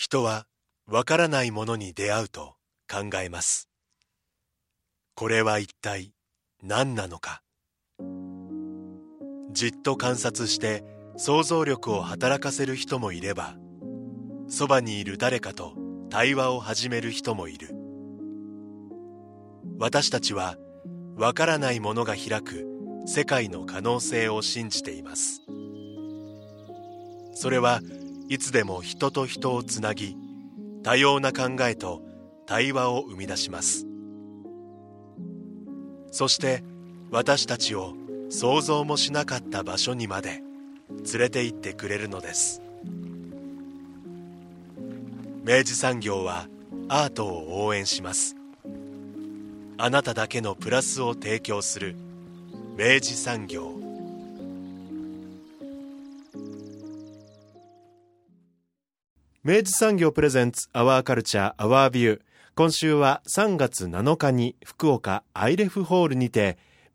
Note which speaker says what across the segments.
Speaker 1: 人はわからないものに出会うと考えます。これは一体何なのか。じっと観察して想像力を働かせる人もいれば、そばにいる誰かと対話を始める人もいる。私たちはわからないものが開く世界の可能性を信じています。それはいつでも人と人をつなぎ、多様な考えと対話を生み出します。そして私たちを想像もしなかった場所にまで連れて行ってくれるのです。明治産業はアートを応援します。あなただけのプラスを提供する明治産業。明治産業プレゼンツアワーカルチャーアワービュー。今週は3月7日に福岡アイレフホールにて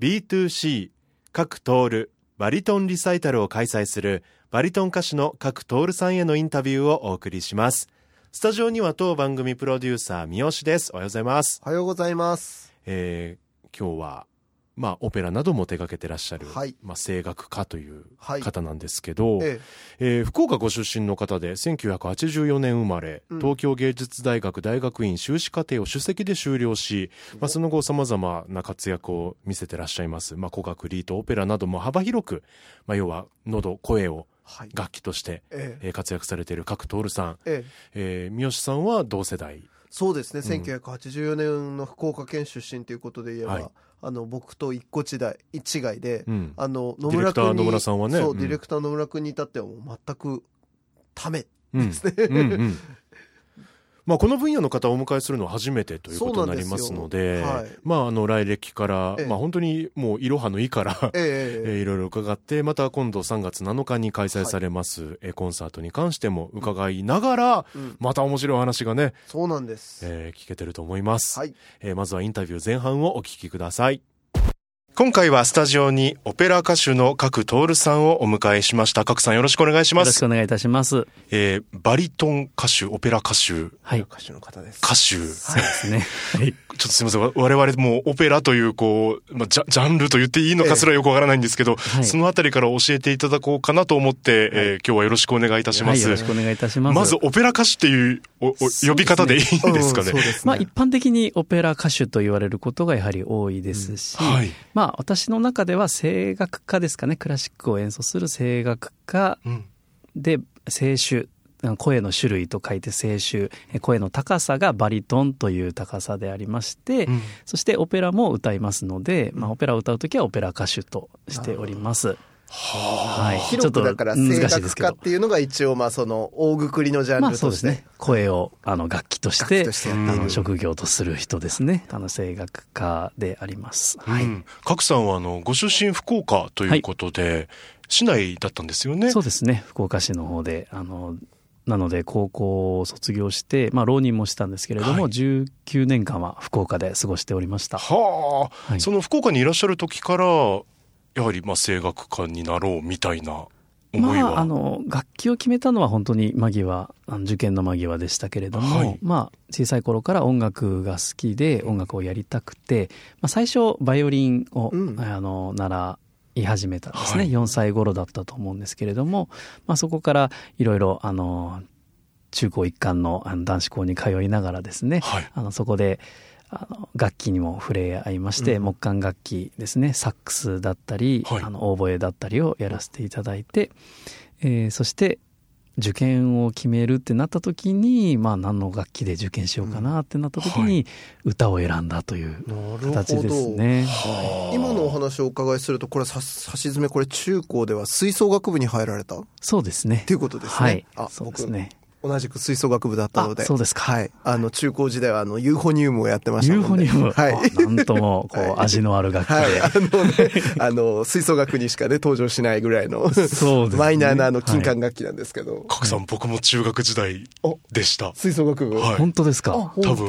Speaker 1: B2C 賀来徹バリトンリサイタルを開催するバリトン歌手の賀来徹さんへのインタビューをお送りします。スタジオには当番組プロデューサー三好です。おはようございます。
Speaker 2: おはようございます。
Speaker 1: 今日はオペラなども手掛けてらっしゃる、
Speaker 2: はい、
Speaker 1: 声楽家という方なんですけど、
Speaker 2: はい
Speaker 1: 福岡ご出身の方で1984年生まれ、東京芸術大学大学院修士課程を首席で修了し、その後さまざまな活躍を見せてらっしゃいます。古楽リートオペラなども幅広く、要は喉声を楽器として活躍されている賀来徹さん、三好さんは同世代。
Speaker 2: そうですね、1984年の福岡県出身ということで言えば、僕と一個違いで、
Speaker 1: ディレクター野村さんはね、
Speaker 2: ディレクター野村君に至ってはもう全くためですね、
Speaker 1: この分野の方をお迎えするのは初めてということになりますので、来歴から、本当にもういろはの意から、いろいろ伺って、また今度3月7日に開催されます、コンサートに関しても伺いながら、また面白い話がね、
Speaker 2: そうなんです、
Speaker 1: 聞けてると思います、まずはインタビュー前半をお聞きください。今回はスタジオにオペラ歌手の賀来徹さんをお迎えしました。賀来さんよろしくお願いします。
Speaker 3: よろしくお願いいたします。
Speaker 1: バリトン歌手、オペラ歌手、
Speaker 2: 歌手の方です。
Speaker 1: 歌手、
Speaker 3: そうですね。
Speaker 1: ちょっとすみません、我々もオペラというジャンルと言っていいのかすらよくわからないんですけど、そのあたりから教えていただこうかなと思って、今日はよろしくお願いいたします。
Speaker 3: よろしくお願いいたします。
Speaker 1: まずオペラ歌手っていう呼び方でいいんですかね。
Speaker 3: 一般的にオペラ歌手と言われることがやはり多いですし、私の中では声楽家ですかね。クラシックを演奏する声楽家で、声種、声の種類と書いて声種、声の高さがバリトンという高さでありまして、そしてオペラも歌いますので、オペラを歌うときはオペラ歌手としております。
Speaker 2: 広くだから声楽家っていうのが一応その大くくりのジャンルとして、
Speaker 3: 声を楽器として職業とする人ですね。声楽家であります。
Speaker 1: 賀来さんはご出身福岡ということで、市内だったんですよね。
Speaker 3: そうですね、福岡市の方でなので高校を卒業して、浪人もしたんですけれども、19年間は福岡で過ごしておりました。
Speaker 1: その福岡にいらっしゃる時からやはり声楽家になろうみたいな思いは、
Speaker 3: 楽器を決めたのは本当に受験の間際でしたけれども、小さい頃から音楽が好きで音楽をやりたくて、最初バイオリンを、習い始めたんですね。4歳頃だったと思うんですけれども、そこからいろいろ中高一貫の男子校に通いながらですね、そこで楽器にも触れ合いまして、木管楽器ですね、サックスだったり、オーボエだったりをやらせていただいて、そして受験を決めるってなった時に、何の楽器で受験しようかなってなった時に、歌を選んだという形ですね。
Speaker 2: 今のお話をお伺いすると、これ差し詰め、これ中高では吹奏楽部に入られた？
Speaker 3: そうですね。
Speaker 2: っていうことですね。
Speaker 3: そうですね。
Speaker 2: 同じく吹奏楽部だったので。
Speaker 3: そうですか。
Speaker 2: 中高時代はユーフォニウムをやってましたので。
Speaker 3: ユーフォニウム。なんとも味のある楽器で。
Speaker 2: 吹奏楽にしかね登場しないぐらいのマイナーな金管楽器なんですけど。
Speaker 1: 賀来さん、僕も中学時代でした。
Speaker 2: 吹奏楽部。
Speaker 1: はい、
Speaker 3: 本当ですか。
Speaker 1: 多分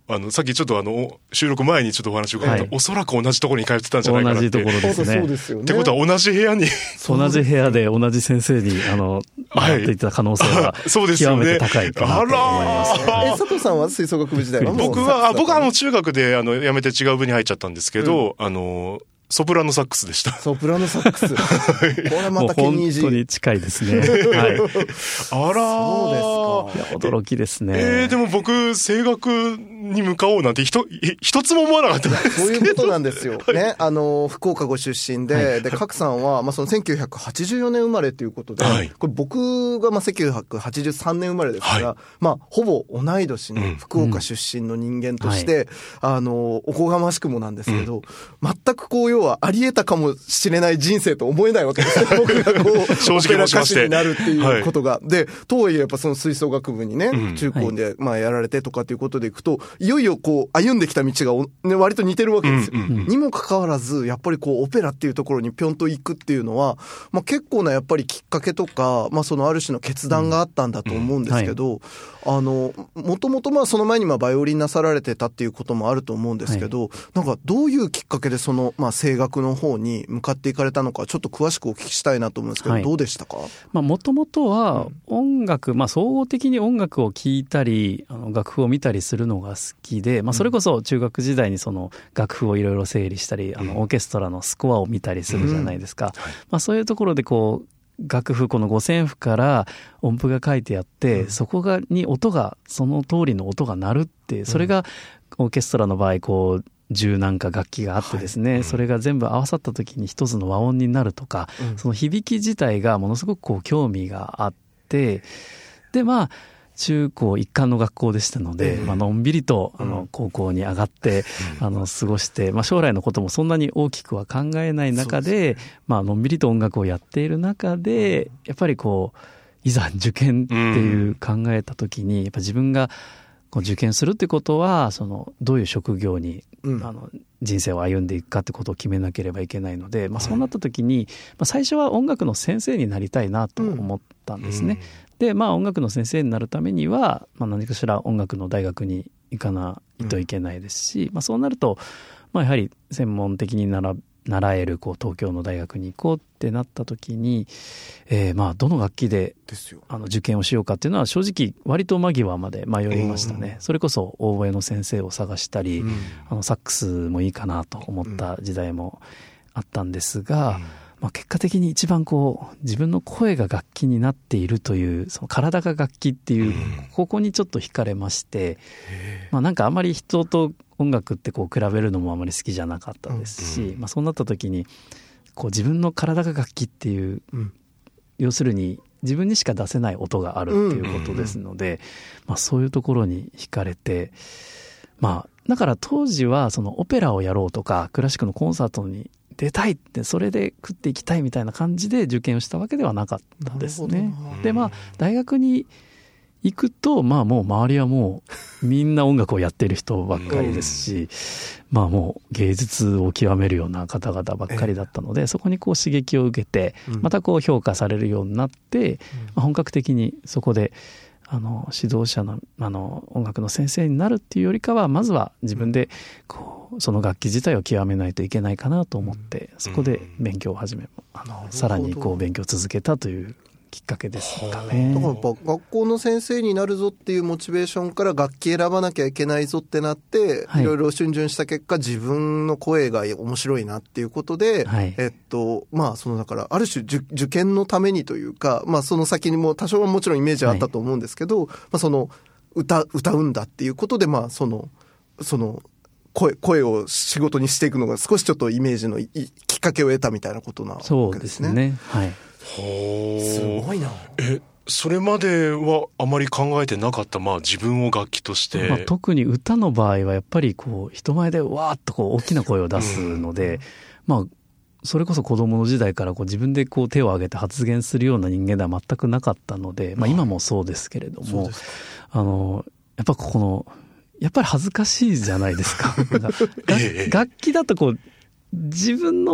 Speaker 1: さっきちょっと収録前にちょっとお話を伺った、おそらく同じところに通ってたんじゃないかなって。
Speaker 3: 同じところですね。
Speaker 2: そうですよね。
Speaker 1: ってことは同じ部屋に
Speaker 3: 同じ部屋で同じ先生に習っていた可能性は極めて高いかなと思いますね。
Speaker 2: 佐藤さんは吹奏楽部時代は
Speaker 1: 僕は中学で辞めて違う部に入っちゃったんですけど、ソプラノサックスでした。
Speaker 2: ソプラノサックス。これまたケニージー。
Speaker 3: 本当に近いですね。はい。
Speaker 1: あらー。
Speaker 2: そうですか。
Speaker 3: いや、驚きですね。
Speaker 1: でも僕、声楽に向かおうなんて一つも思わなかったですけど。
Speaker 2: そういうことなんですよ。ね。福岡ご出身で、で、賀来さんは、その1984年生まれということで、これ僕が1983年生まれですから、ほぼ同い年の福岡出身の人間として、おこがましくもなんですけど、全く要はあり得たかもしれない人生と思えないわけですね。僕が
Speaker 1: 正直申しまして
Speaker 2: オペラ歌手になるっていうことが。で、とはいえやっぱその吹奏楽部にね、中高でやられてとかっていうことでいくと、いよいよ歩んできた道が割と似てるわけですよ。にもかかわらず、やっぱりオペラっていうところにぴょんと行くっていうのは、結構なやっぱりきっかけとか、そのある種の決断があったんだと思うんですけど、もともとその前にバイオリンなさられてたっていうこともあると思うんですけど、なんかどういうきっかけでその声楽の方に向かっていかれたのか、ちょっと詳しくお聞きしたいなと思うんですけど、どうでしたか？
Speaker 3: もともとは音楽、総合的に音楽を聴いたり楽譜を見たりするのが好きで、それこそ中学時代にその楽譜をいろいろ整理したり、オーケストラのスコアを見たりするじゃないですか。そういうところで楽譜、この五線譜から音符が書いてあって、そこに音が、その通りの音が鳴るって、それがオーケストラの場合十何か楽器があってですね、それが全部合わさった時に一つの和音になるとか、その響き自体がものすごく興味があって、で中高一貫の学校でしたので、のんびりと高校に上がって過ごして、将来のこともそんなに大きくは考えない中で、のんびりと音楽をやっている中で、やっぱりいざ受験っていう考えた時に、やっぱ自分が受験するってことはどういう職業に人生を歩んでいくかってことを決めなければいけないので、そうなった時に最初は音楽の先生になりたいなと思ったんですね。で音楽の先生になるためには何かしら音楽の大学に行かないといけないですし、そうなるとやはり専門的に習える東京の大学に行こうってなった時に、どの楽器で受験をしようかっていうのは正直割と間際まで迷いましたね。それこそオーボエの先生を探したり、サックスもいいかなと思った時代もあったんですが、結果的に一番自分の声が楽器になっているという、その体が楽器っていう、ここにちょっと惹かれまして、なんかあまり人と音楽って比べるのもあまり好きじゃなかったですし、そうなった時に自分の体が楽器っていう、要するに自分にしか出せない音があるっていうことですので、そういうところに惹かれて、だから当時はそのオペラをやろうとかクラシックのコンサートに出たいって、それで食っていきたいみたいな感じで受験をしたわけではなかったですね。で大学に行くともう周りはもうみんな音楽をやっている人ばっかりですし、もう芸術を極めるような方々ばっかりだったので、そこに刺激を受けてまた評価されるようになって、本格的にそこで指導者の音楽の先生になるっていうよりかは、まずは自分でその楽器自体を極めないといけないかなと思って、そこで勉強を始め、さらに勉強を続けたというきっかけですかね。
Speaker 2: だからやっぱ学校の先生になるぞっていうモチベーションから楽器選ばなきゃいけないぞってなって、いろいろ逡巡した結果、自分の声が面白いなっていうことで、だからある種受験のためにというか、その先にも多少はもちろんイメージはあったと思うんですけど、その歌うんだっていうことで、その声を仕事にしていくのが少しちょっとイメージのきっかけを得たみたいなことなわけですね。
Speaker 3: そうですね。はい。
Speaker 2: すごいな。
Speaker 1: それまではあまり考えてなかった、自分を楽器として、
Speaker 3: 特に歌の場合はやっぱり人前でわーっと大きな声を出すので、それこそ子供の時代から自分で手を挙げて発言するような人間では全くなかったので、今もそうですけれども、やっぱやっぱり恥ずかしいじゃないですか。楽器だと自分の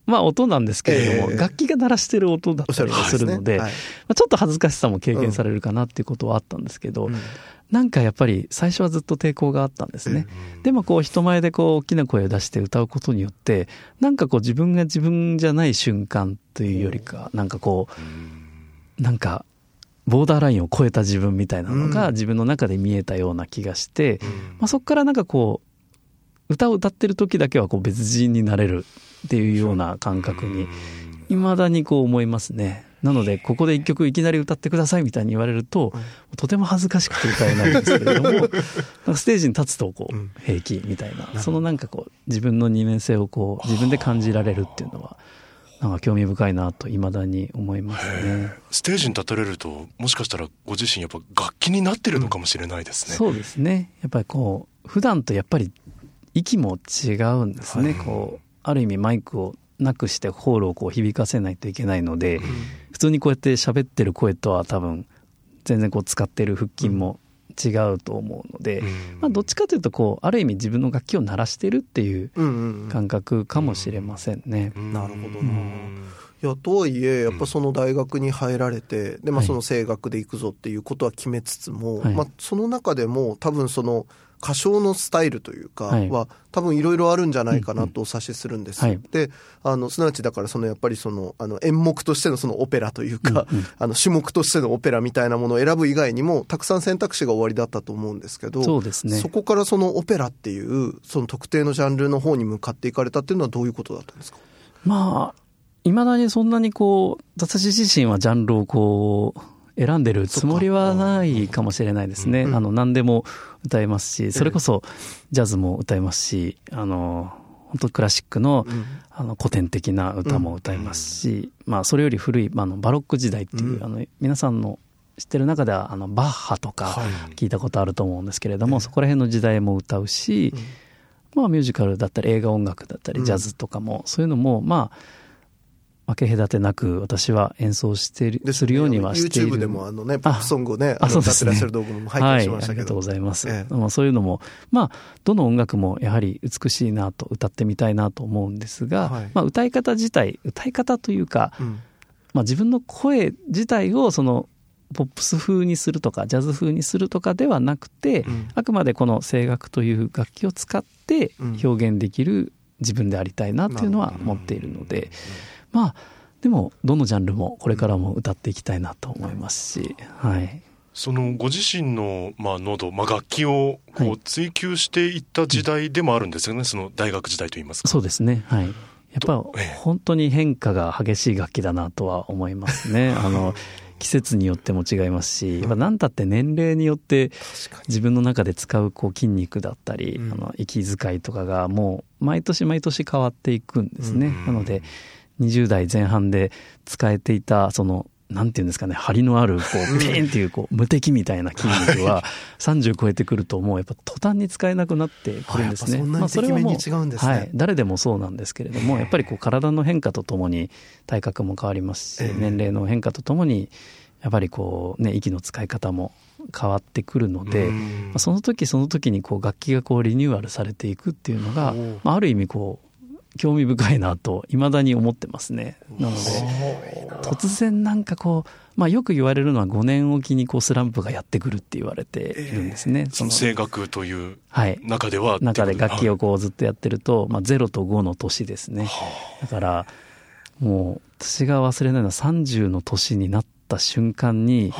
Speaker 3: まあ音なんですけれども、楽器が鳴らしてる音だったりするので、ちょっと恥ずかしさも経験されるかなっていうことはあったんですけど、なんかやっぱり最初はずっと抵抗があったんですね。でもこう人前でこう大きな声を出して歌うことによって、なんかこう自分が自分じゃない瞬間というよりか、なんかこう、なんかボーダーラインを超えた自分みたいなのが自分の中で見えたような気がして、まあ、そこからなんかこう歌を歌ってる時だけはこう別人になれるっていうような感覚に未だにこう思いますね。なのでここで一曲いきなり歌ってくださいみたいに言われると、とても恥ずかしくて歌えないんですけれども、なんかステージに立つとこう平気みたいな、そのなんかこう自分の二面性をこう自分で感じられるっていうのはなんか興味深いなと未だに思いますね。
Speaker 1: ステージに立たれると、もしかしたらご自身やっぱ楽器になってるのかもしれないですね。
Speaker 3: そうですね。やっぱりこう普段とやっぱり息も違うんですね。こうある意味マイクをなくしてホールをこう響かせないといけないので、普通にこうやって喋ってる声とは多分全然こう使ってる腹筋も違うと思うので、まあ、どっちかというとこうある意味自分の楽器を鳴らしてるっていう感覚かもしれませんね。
Speaker 2: なるほどな。いやとはいえやっぱその大学に入られて、で、まあ、その声楽で行くぞっていうことは決めつつも、まあ、その中でも多分その歌唱のスタイルというかは多分いろいろあるんじゃないかなとお察しするんです。で、すなわちだからそのやっぱりその演目としてのそのオペラというか、種目としてのオペラみたいなものを選ぶ以外にもたくさん選択肢が終わりだったと思うんですけど、
Speaker 3: そうですね。
Speaker 2: そこからそのオペラっていうその特定のジャンルの方に向かっていかれたっていうのはどういうことだったんですか？
Speaker 3: まあ未だにそんなにこう私自身はジャンルをこう選んでるつもりはないかもしれないですね。何でも歌えますし、それこそジャズも歌えますし、本当クラシックの、古典的な歌も歌えますし、まあそれより古い、バロック時代っていう、皆さんの知ってる中ではバッハとか聞いたことあると思うんですけれども、そこら辺の時代も歌うし、まあミュージカルだったり映画音楽だったりジャズとかも、そういうのもまあ分け隔てなく私は演奏してするようにはしている。
Speaker 2: YouTube でもポップソングをね、歌ってらっしゃる動画も拝見しましたけど、
Speaker 3: ありがとうございます。そういうのも、まあ、どの音楽もやはり美しいなと、歌ってみたいなと思うんですが、まあ、歌い方自体、歌い方というか、まあ、自分の声自体をそのポップス風にするとかジャズ風にするとかではなくて、あくまでこの声楽という楽器を使って表現できる自分でありたいなっていうのは思っているので、まあでもどのジャンルもこれからも歌っていきたいなと思いますし、
Speaker 1: そのご自身の喉、楽器をこう追求していった時代でもあるんですよね、その大学時代といいますか。
Speaker 3: そうですね。やっぱ本当に変化が激しい楽器だなとは思いますね。季節によっても違いますし、何たって年齢によって自分の中で使うこう筋肉だったり、息遣いとかがもう毎年毎年変わっていくんですね。なので20代前半で使えていたそのなんていうんですかね、張りのあるこうピーンっていうこう無敵みたいな筋肉は30超えてくるともうやっぱ途端に使えなくなってくるんですね。
Speaker 2: それはもう
Speaker 3: 誰でもそうなんですけれども、やっぱりこう体の変化とともに体格も変わりますし、年齢の変化とともにやっぱりこうね、息の使い方も変わってくるので、その時その時にこう楽器がこうリニューアルされていくっていうのが、ある意味こう興味深いなと未だに思ってますね。なので突然なんかこう、よく言われるのは5年おきにこうスランプがやってくるって言われているんですね。
Speaker 1: その声楽という中では、
Speaker 3: 中で楽器をこうずっとやってると、0と5の年ですね。だからもう私が忘れないのは30の年になった瞬間に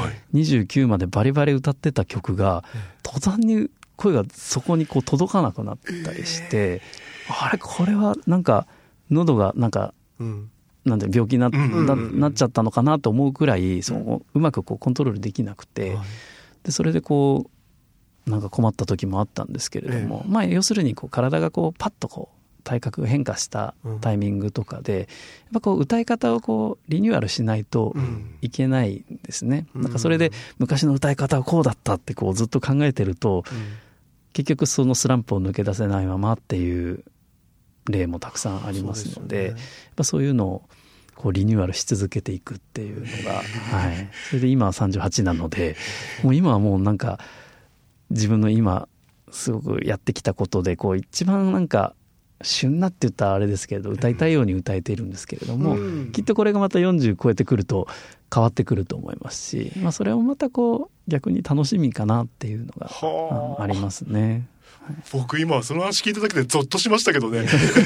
Speaker 3: 29までバリバリ歌ってた曲が途端に声がそこにこう届かなくなったりして、あれこれはなんか喉がなんか、なんで病気になっちゃったのかなと思うくらい、うまくこうコントロールできなくて、でそれでこうなんか困った時もあったんですけれども、要するにこう体がこうパッとこう体格が変化したタイミングとかで、やっぱこう歌い方をこうリニューアルしないといけないんですね。なんかそれで昔の歌い方はこうだったってこうずっと考えてると、結局そのスランプを抜け出せないままっていう例もたくさんありますので、やっぱそういうのをこうリニューアルし続けていくっていうのが、それで今は38なので、もう今はもうなんか自分の今すごくやってきたことでこう一番なんか旬なって言ったらあれですけれど、歌いたいように歌えているんですけれども、きっとこれがまた40超えてくると変わってくると思いますし、それをまたこう逆に楽しみかなっていうのがありますね。
Speaker 1: 僕今その話聞いただけでゾッとしましたけどね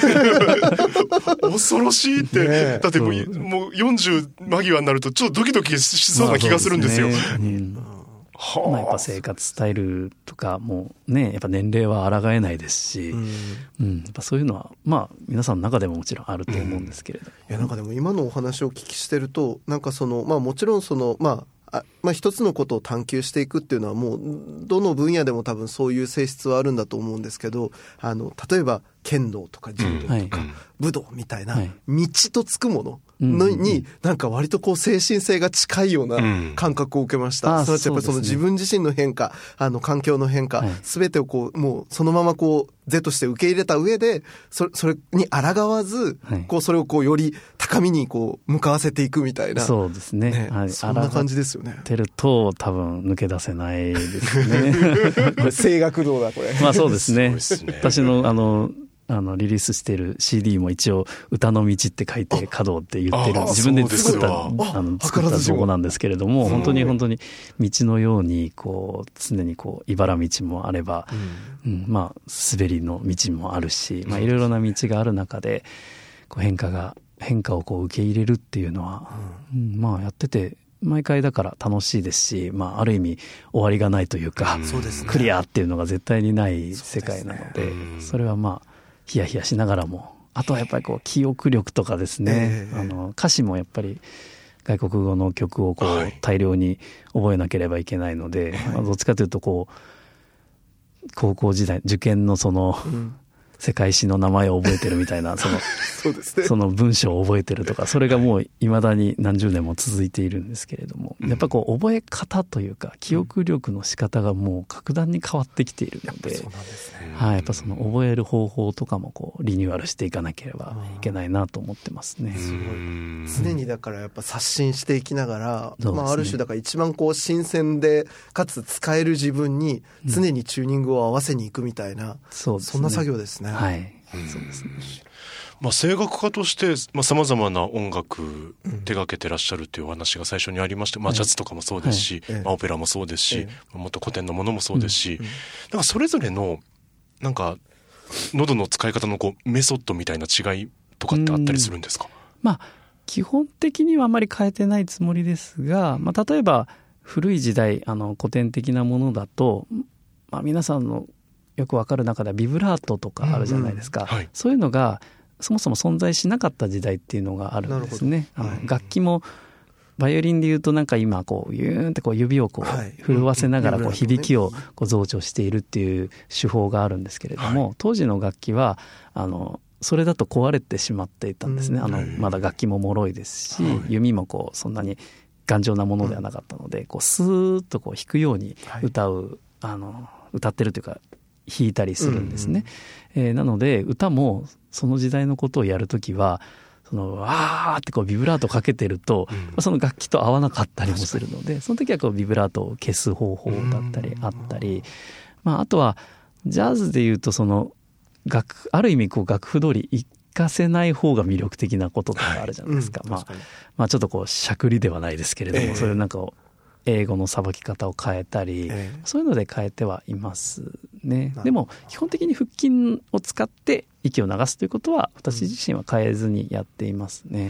Speaker 1: 恐ろしいって、ね、だってもう40間際になるとちょっとドキドキしそうな気がするんですよ。
Speaker 3: やっぱ生活スタイルとかもね、やっぱ年齢は抗えないですし、やっぱそういうのは皆さんの中でももちろんあると思うんですけれど、
Speaker 2: いやなんかでも今のお話をお聞きしてると、なんかもちろん一つのことを探求していくっていうのはもうどの分野でも多分そういう性質はあるんだと思うんですけど、例えば剣道とか柔道とか武道みたいな道とつくものになんか割とこう精神性が近いような感覚を受けました。それはやっぱりその自分自身の変化、環境の変化、全てをこうもうそのままこう是として受け入れた上でそれに抗わず、こうそれをこうより高みにこう向かわせていくみたいな。
Speaker 3: そうですね。
Speaker 2: そんな感じですよね。
Speaker 3: てると多分抜け出せないですね。
Speaker 2: これ声楽道だこれ。
Speaker 3: そうですね。私のリリースしている CD も一応歌の道って書いて華道って言ってる、自分で作った造語なんですけれども、本当に道のようにこう常にこう茨道もあれば、滑りの道もあるし、いろいろな道がある中でこう変化をこう受け入れるっていうのは、やってて毎回だから楽しいですし、ある意味終わりがないというか、クリアっていうのが絶対にない世界なので、それはヒヤヒヤしながらも、あとはやっぱりこう記憶力とかですね、歌詞もやっぱり外国語の曲をこう大量に覚えなければいけないので、どっちかというとこう高校時代受験のその、世界史の名前を覚えてるみたいな
Speaker 2: そうですね、
Speaker 3: その文章を覚えてるとか、それがもう未だに何十年も続いているんですけれども、やっぱこう覚え方というか記憶力の仕方がもう格段に変わってきているので、やっぱその覚える方法とかもこうリニューアルしていかなければいけないなと思ってますね。
Speaker 2: すごい常にだからやっぱ刷新していきながら、ある種だから一番こう新鮮でかつ使える自分に常にチューニングを合わせにいくみたいな、そんな作業ですね。
Speaker 3: そうですね。
Speaker 1: 声楽家としてさまざまな音楽手掛けてらっしゃるというお話が最初にありまして、ジャズとかもそうですし、オペラもそうですし、もっと古典のものもそうですし、なんかそれぞれのなんか喉の使い方のこうメソッドみたいな違いとかってあったりするんですか？
Speaker 3: 基本的にはあまり変えてないつもりですが、例えば古い時代古典的なものだと、皆さんのよくわかる中ではビブラートとかあるじゃないですか、そういうのがそもそも存在しなかった時代っていうのがあるんですね。楽器もバイオリンでいうとなんか今こうユーンってこう指をこう震わせながらこう響きをこう増長しているっていう手法があるんですけれども、当時の楽器はそれだと壊れてしまっていたんですね。まだ楽器も脆いですし、弓もこうそんなに頑丈なものではなかったので、こうスーッとこう弾くように歌ってるというか弾いたりするんですね。なので歌もその時代のことをやるときはわーってこうビブラートかけてると、その楽器と合わなかったりもするので、その時はこうビブラートを消す方法だったりあったり、あとはジャズでいうとある意味こう楽譜通り活かせない方が魅力的なこととかあるじゃないですか。ちょっとこうしゃくりではないですけれども、そういうなんか英語のさばき方を変えたり、そういうので変えてはいますね。でも基本的に腹筋を使って息を流すということは私自身は変えずにやっていますね。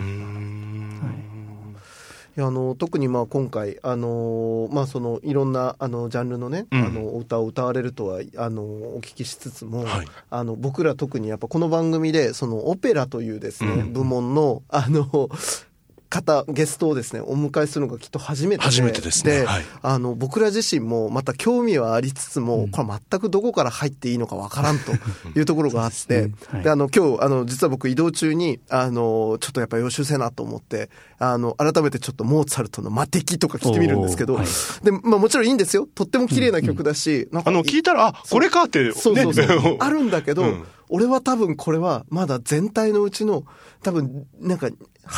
Speaker 2: いや特に今回そのいろんなジャンルのね、お歌を歌われるとはお聞きしつつも、僕ら特にやっぱこの番組でそのオペラというですね、部門のゲストをですねお迎えするのがきっと初めて
Speaker 1: ですね。
Speaker 2: 僕ら自身もまた興味はありつつも、これ全くどこから入っていいのかわからんというところがあって、で今日実は僕移動中にちょっとやっぱ予習せなと思って改めてちょっとモーツァルトの魔笛とか聞いてみるんですけど、でもちろんいいんですよ。とっても綺麗な曲だし、
Speaker 1: 聞いたらこれかって、
Speaker 2: そうあるんだけど、 俺は多分これはまだ全体のうちの多分なんか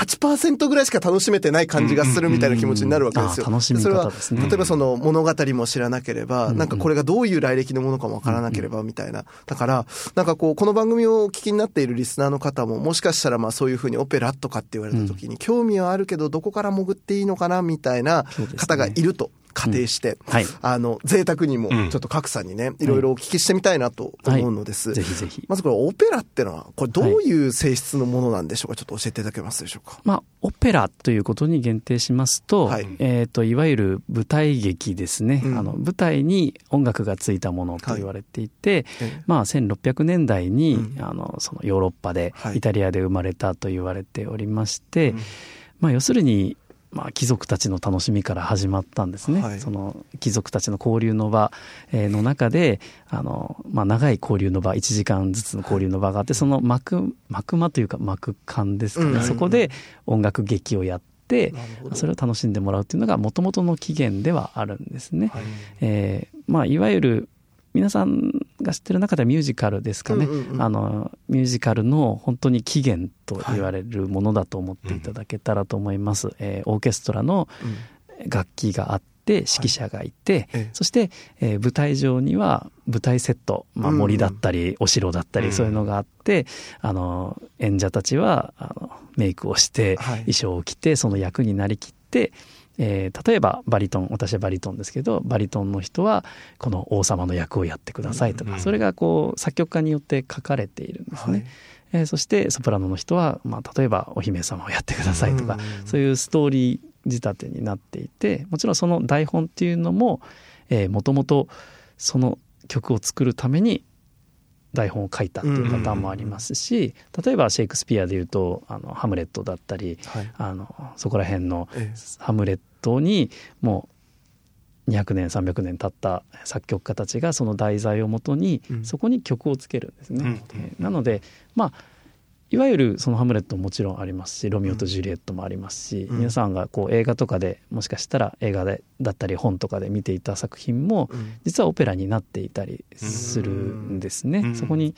Speaker 2: 8% ぐらいしか楽しめてない感じがするみたいな気持ちになるわけですよ。
Speaker 3: 楽しみ方ですね。
Speaker 2: それは例えばその物語も知らなければ、なんかこれがどういう来歴のものかもわからなければみたいな。だからなんかこの番組をお聞きになっているリスナーの方ももしかしたらそういうふうにオペラとかって言われた時に興味はあるけどどこから潜っていいのかなみたいな方がいると仮定して、贅沢にもちょっと格さんにね、いろいろお聞きしてみたいなと思うのです。
Speaker 3: ぜひぜひ。
Speaker 2: まずこれオペラってのはこれどういう性質のものなんでしょうか。ちょっと教えていただけますでしょうか。
Speaker 3: オペラということに限定しますと、いわゆる舞台劇ですね。舞台に音楽がついたものと言われていて、1600年代に、そのヨーロッパで、イタリアで生まれたと言われておりまして、要するに貴族たちの楽しみから始まったんですね。その貴族たちの交流の場の中で長い交流の場、1時間ずつの交流の場があって、その幕間というか幕間ですかね、そこで音楽劇をやってそれを楽しんでもらうというのが元々の起源ではあるんですね。いわゆる皆さんが知ってる中ではミュージカルですかね。ミュージカルの本当に起源と言われるものだと思っていただけたらと思います。オーケストラの楽器があって、指揮者がいて、そして、舞台上には舞台セット、森だったりお城だったりそういうのがあって、演者たちはメイクをして、衣装を着てその役になりきって、例えばバリトン、私はバリトンですけど、バリトンの人はこの王様の役をやってくださいとか、それが作曲家によって書かれているんですね。そしてソプラノの人は、例えばお姫様をやってくださいとか、そういうストーリー仕立てになっていて、もちろんその台本っていうのももともとその曲を作るために台本を書いたっていうパターンもありますし、例えばシェイクスピアでいうとハムレットだったり、そこら辺のハムレットにもう200年300年経った作曲家たちがその題材をもとにそこに曲をつけるんですね。なのでいわゆるそのハムレットももちろんありますし、ロミオとジュリエットもありますし、皆さんが映画とかでもしかしたら映画でだったり本とかで見ていた作品も実はオペラになっていたりするんですね。そこに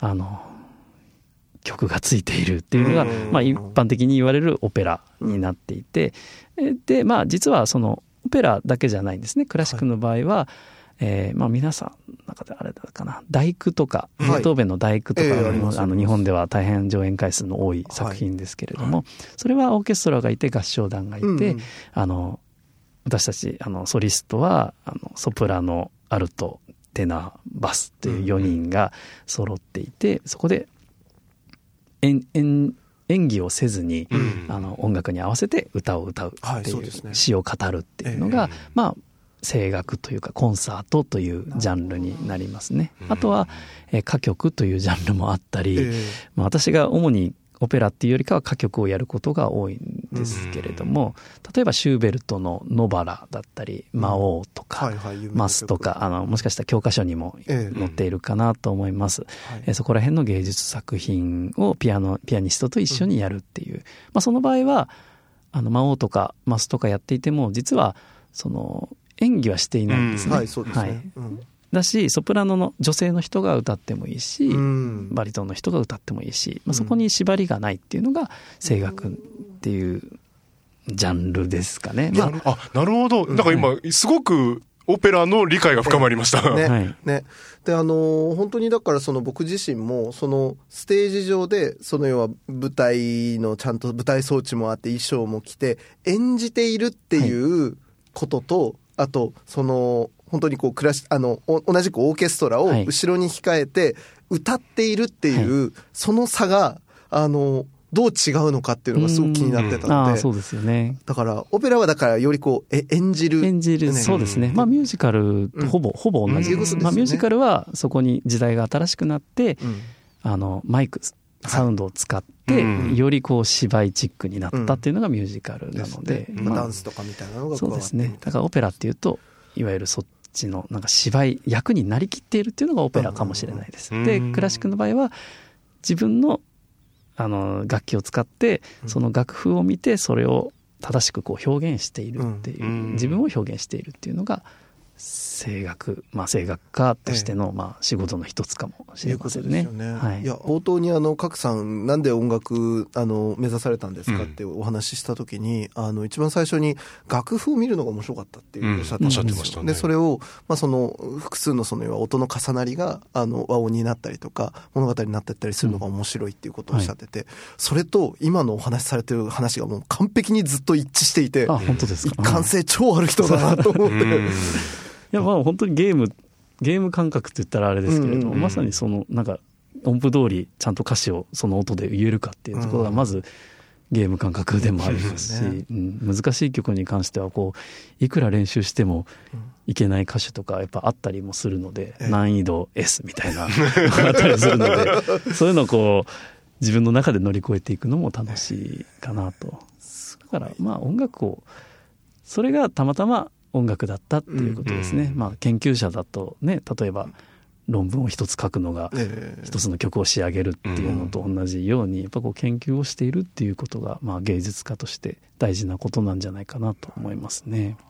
Speaker 3: 曲がついているっていうのが、一般的に言われるオペラになっていて、で実はそのオペラだけじゃないんですね。クラシックの場合は、皆さんの中であれだかな、第九とか、ベートーベンの第九とか、日本では大変上演回数の多い作品ですけれども、それはオーケストラがいて合唱団がいて、私たちソリストはソプラノ、アルト、テナー、バスという4人が揃っていて、そこで演技をせずに、音楽に合わせて歌を歌うっていう、詩を語るっていうのが、声楽というかコンサートというジャンルになりますね。あとは歌曲というジャンルもあったり、私が主にオペラっていうよりかは歌曲をやることが多いんですけれども、例えばシューベルトのノバラだったり魔王とかマスとか、もしかしたら教科書にも載っているかなと思います。そこら辺の芸術作品をピアニストと一緒にやるっていう、その場合は魔王とかマスとかやっていても実はその演技はしていないんですね。だしソプラノの女性の人が歌ってもいいし、バリトンの人が歌ってもいいし、そこに縛りがないっていうのが声楽っていうジャンルですかね。
Speaker 1: なるほど。なんか今すごくオペラの理解が深まりました。
Speaker 2: で本当にだから僕自身もそのステージ上でその要は舞台のちゃんと舞台装置もあって衣装も着て演じているっていうことと、あと本当に同じくオーケストラを後ろに控えて歌っているっていう、その差がどう違うのかっていうのがすごく気になってたので、
Speaker 3: そうですよね。
Speaker 2: だからオペラはだからより演じる、
Speaker 3: そうですね。ミュージカルとほぼ同じです。ミュージカルはそこに時代が新しくなって、マイクサウンドを使って、より芝居チックになったっていうのがミュージカルなので、
Speaker 2: ダンスとかみたいなのが加わって、
Speaker 3: そうですね。だからオペラっていうといわゆるそっちのなんか芝居役になりきっているっていうのがオペラかもしれないです。でクラシックの場合は自分の楽器を使ってその楽譜を見てそれを正しく表現しているっていう、自分を表現しているっていうのが声楽家としての仕事の一つかもしれませんね。はい、
Speaker 2: いや冒頭に賀来さんなんで音楽目指されたんですかってお話しした時に、一番最初に楽譜を見るのが面白かったっておっしゃってましたね。でそれを、その複数のその要は音の重なりが和音になったりとか物語になっていったりするのが面白いっていうことをおっしゃってて、それと今のお話しされてる話がもう完璧にずっと一致していて、
Speaker 3: 本当ですか。
Speaker 2: 一貫性超ある人だなと思って
Speaker 3: いや本当にゲーム感覚って言ったらあれですけれども、まさにそのなんか音符通りちゃんと歌詞をその音で言えるかっていうところがまずゲーム感覚でもありますし、難しい曲に関してはこういくら練習してもいけない歌手とかやっぱあったりもするので、難易度 S みたいなあったりするのでそういうのをこう自分の中で乗り越えていくのも楽しいかなと。だから音楽をそれがたまたま音楽だったっていうことですね。研究者だとね、例えば論文を一つ書くのが一つの曲を仕上げるっていうのと同じように、やっぱこう研究をしているっていうことが芸術家として大事なことなんじゃないかなと思いますね。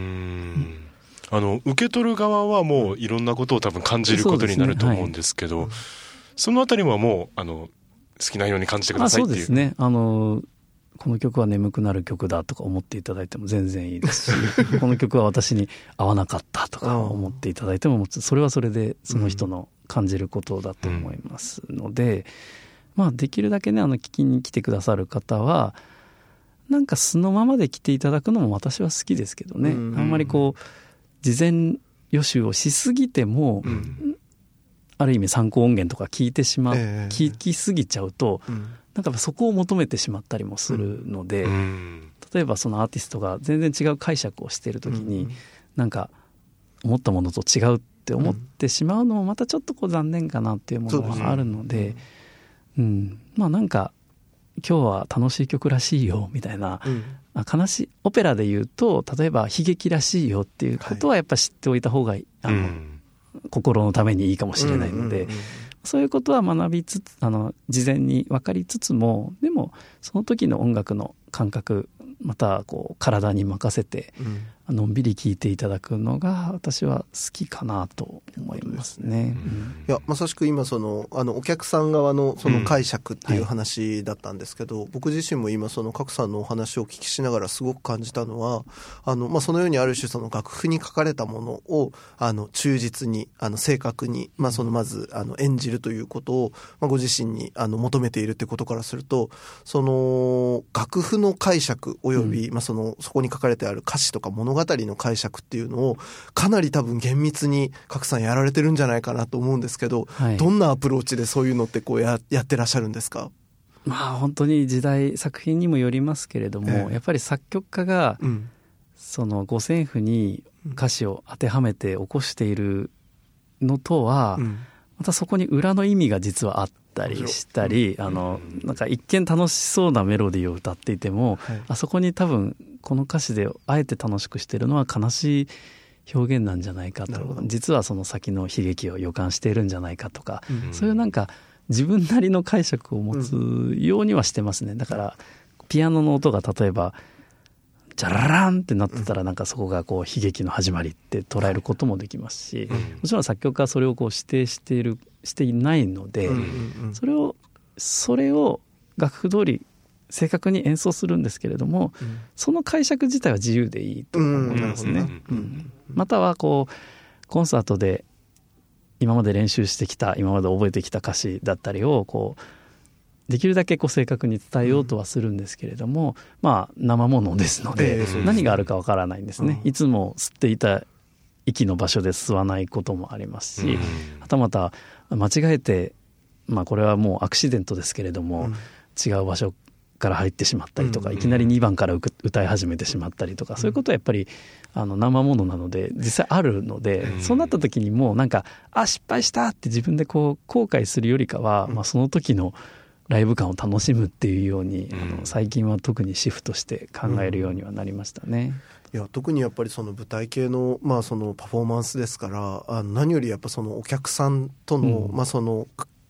Speaker 1: 受け取る側はもういろんなことを多分感じることになると思うんですけど、そのあたりはもう好きなように感じてくださいっていう。
Speaker 3: そうですね。この曲は眠くなる曲だとか思っていただいても全然いいですしこの曲は私に合わなかったとか思っていただいてもそれはそれでその人の感じることだと思いますので、できるだけね聞きに来てくださる方はなんか素のままで来ていただくのも私は好きですけどね。あんまりこう事前予習をしすぎても、ある意味参考音源とか聞きすぎちゃうと、なんかそこを求めてしまったりもするので、例えばそのアーティストが全然違う解釈をしている時に、なんか思ったものと違うって思ってしまうのもまたちょっとこう残念かなっていうものがあるので、なんか今日は楽しい曲らしいよみたいな、悲しいオペラで言うと例えば悲劇らしいよっていうことはやっぱ知っておいた方が心のためにいいかもしれないので、そういうことは学びつつ事前に分かりつつも、でもその時の音楽の感覚またこう体に任せて、のんびり聴いていただくのが私は好きかなと思いますね。
Speaker 2: いやまさしく今お客さん側のその解釈っていう話だったんですけど、僕自身も今賀来さんのお話をお聞きしながらすごく感じたのはそのようにある種その楽譜に書かれたものを忠実に正確にまず演じるということをご自身に求めているってことからすると、その楽譜の解釈およびそこに書かれてある歌詞とか物語の解釈っていうのをかなり多分厳密に賀来さんやられてるんじゃないかなと思うんですけど、どんなアプローチでそういうのってこう やってらっしゃるんですか？
Speaker 3: 本当に時代作品にもよりますけれども、やっぱり作曲家が、その五線譜に歌詞を当てはめて起こしているのとは、またそこに裏の意味が実はあったりしたり、なんか一見楽しそうなメロディーを歌っていても、あそこに多分この歌詞であえて楽しくしているのは悲しい表現なんじゃないかと、実はその先の悲劇を予感しているんじゃないかとか、そういうなんか自分なりの解釈を持つようにはしてますね。だからピアノの音が例えばジャラランってなってたら、なんかそこがこう悲劇の始まりって捉えることもできますし、もちろん作曲家はそれをこう指定していないので、それを楽譜通り正確に演奏するんですけれども、その解釈自体は自由でいいと思いますね。またはこうコンサートで今まで練習してきた、今まで覚えてきた歌詞だったりをこうできるだけこう正確に伝えようとはするんですけれども、生ものですので、何があるかわからないんですね。いつも吸っていた息の場所で吸わないこともありますし、はたまた間違えて、これはもうアクシデントですけれども、違う場所から入ってしまったりとか、いきなり2番から歌い始めてしまったりとか、そういうことはやっぱり生ものなので実際あるので、そうなった時にもうなんか失敗したって自分でこう後悔するよりかは、その時のライブ感を楽しむっていうように、最近は特にシフトして考えるようにはなりましたね。
Speaker 2: いや特にやっぱりその舞台系の、そのパフォーマンスですから、何よりやっぱそのお客さんとの、その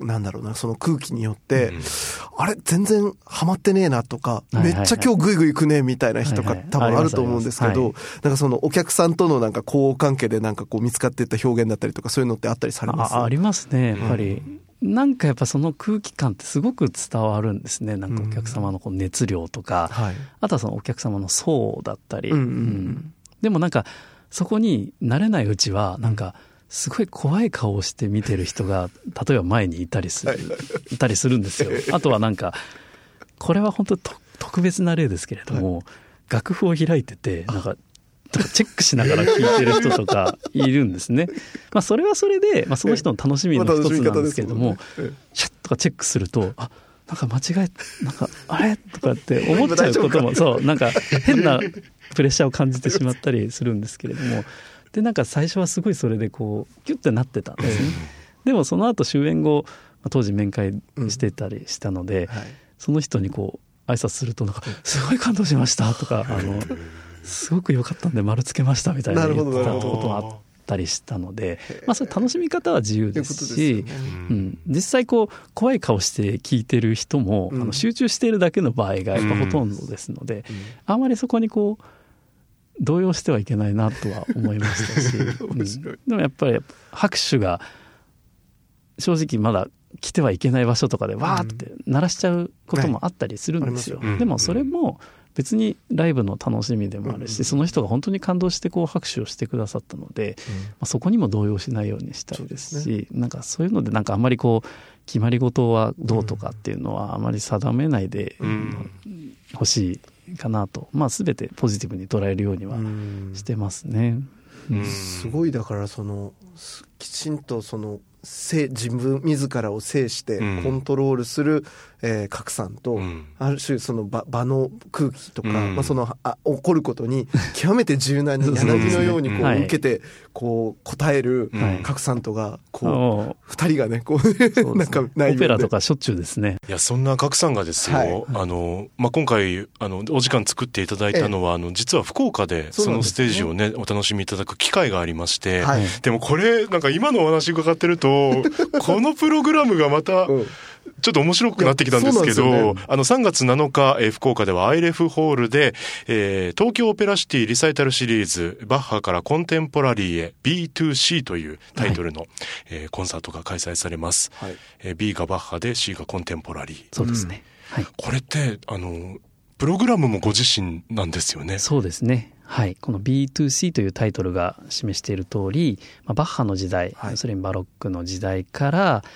Speaker 2: なんだろうな、その空気によって、あれ全然ハマってねえなとか、めっちゃ今日グイグイ行くねみたいな人が多分あると思うんですけど、なんかそのお客さんとのなんか交互関係でなんかこう見つかっていった表現だったりとか、そういうのってあったりされます？
Speaker 3: ありますね、やっぱり。なんかやっぱその空気感ってすごく伝わるんですね。なんかお客様のこう熱量とか、あとはそのお客様の層だったり、でもなんかそこに慣れないうちはなんかすごい怖い顔をして見てる人が例えば前にいたりするんですよ。あとはなんかこれは本当に特別な例ですけれども、楽譜を開いててなんかチェックしながら聴いてる人とかいるんですね。まあそれはそれで、まあ、その人の楽しみの一つなんですけれども、シャッとかチェックすると、あ、なんか間違え、なんかあれとかって思っちゃうことも、そう、なんか変なプレッシャーを感じてしまったりするんですけれども、でなんか最初はすごいそれでこうキュッてなってたんですね。でもその後終演後、当時面会してたりしたので、その人にこう挨拶するとなんかすごい感動しましたとか、すごく良かったんで丸つけましたみたいな言ってたこともあったりしたので、まあそれ楽しみ方は自由ですし、実際こう怖い顔して聞いてる人も、集中しているだけの場合がやっぱほとんどですので、あまりそこにこう動揺してはいけないなとは思いましたし、でもやっぱり拍手が正直まだ来てはいけない場所とかでわーって鳴らしちゃうこともあったりするんですよ。でもそれも別にライブの楽しみでもあるし、その人が本当に感動してこう拍手をしてくださったので、そこにも動揺しないようにしたいですし、なんかそういうのでなんかあんまりこう決まり事はどうとかっていうのはあまり定めないでほしいかなと、まあ全てポジティブに捉えるようにはしてますね。
Speaker 2: すごい、だからそのきちんとその自分自らを制してコントロールする賀来さんと、ある種その場の空気とか、まあ、その起こることに極めて柔軟に柳のようにこう受けてこう答える賀来さんとがこう2人がねこうなんか内容で
Speaker 3: オペラとかしょっちゅうですね。
Speaker 1: いやそんな賀来さんがですよ、まあ、今回お時間作っていただいたのは実は福岡でそのステージをねお楽しみいただく機会がありまして、でもこれなんか今のお話伺ってるとこのプログラムがまたちょっと面白くなってきたんですけど、3月7日、福岡ではアイレフホールで、東京オペラシティリサイタルシリーズバッハからコンテンポラリーへ B2C というタイトルの、コンサートが開催されます。B がバッハで C がコンテンポラリー。
Speaker 3: そうですね。
Speaker 1: これってプログラムもご自身なんですよね。
Speaker 3: そうですね。はい、この B2C というタイトルが示している通り、バッハの時代、それにバロックの時代から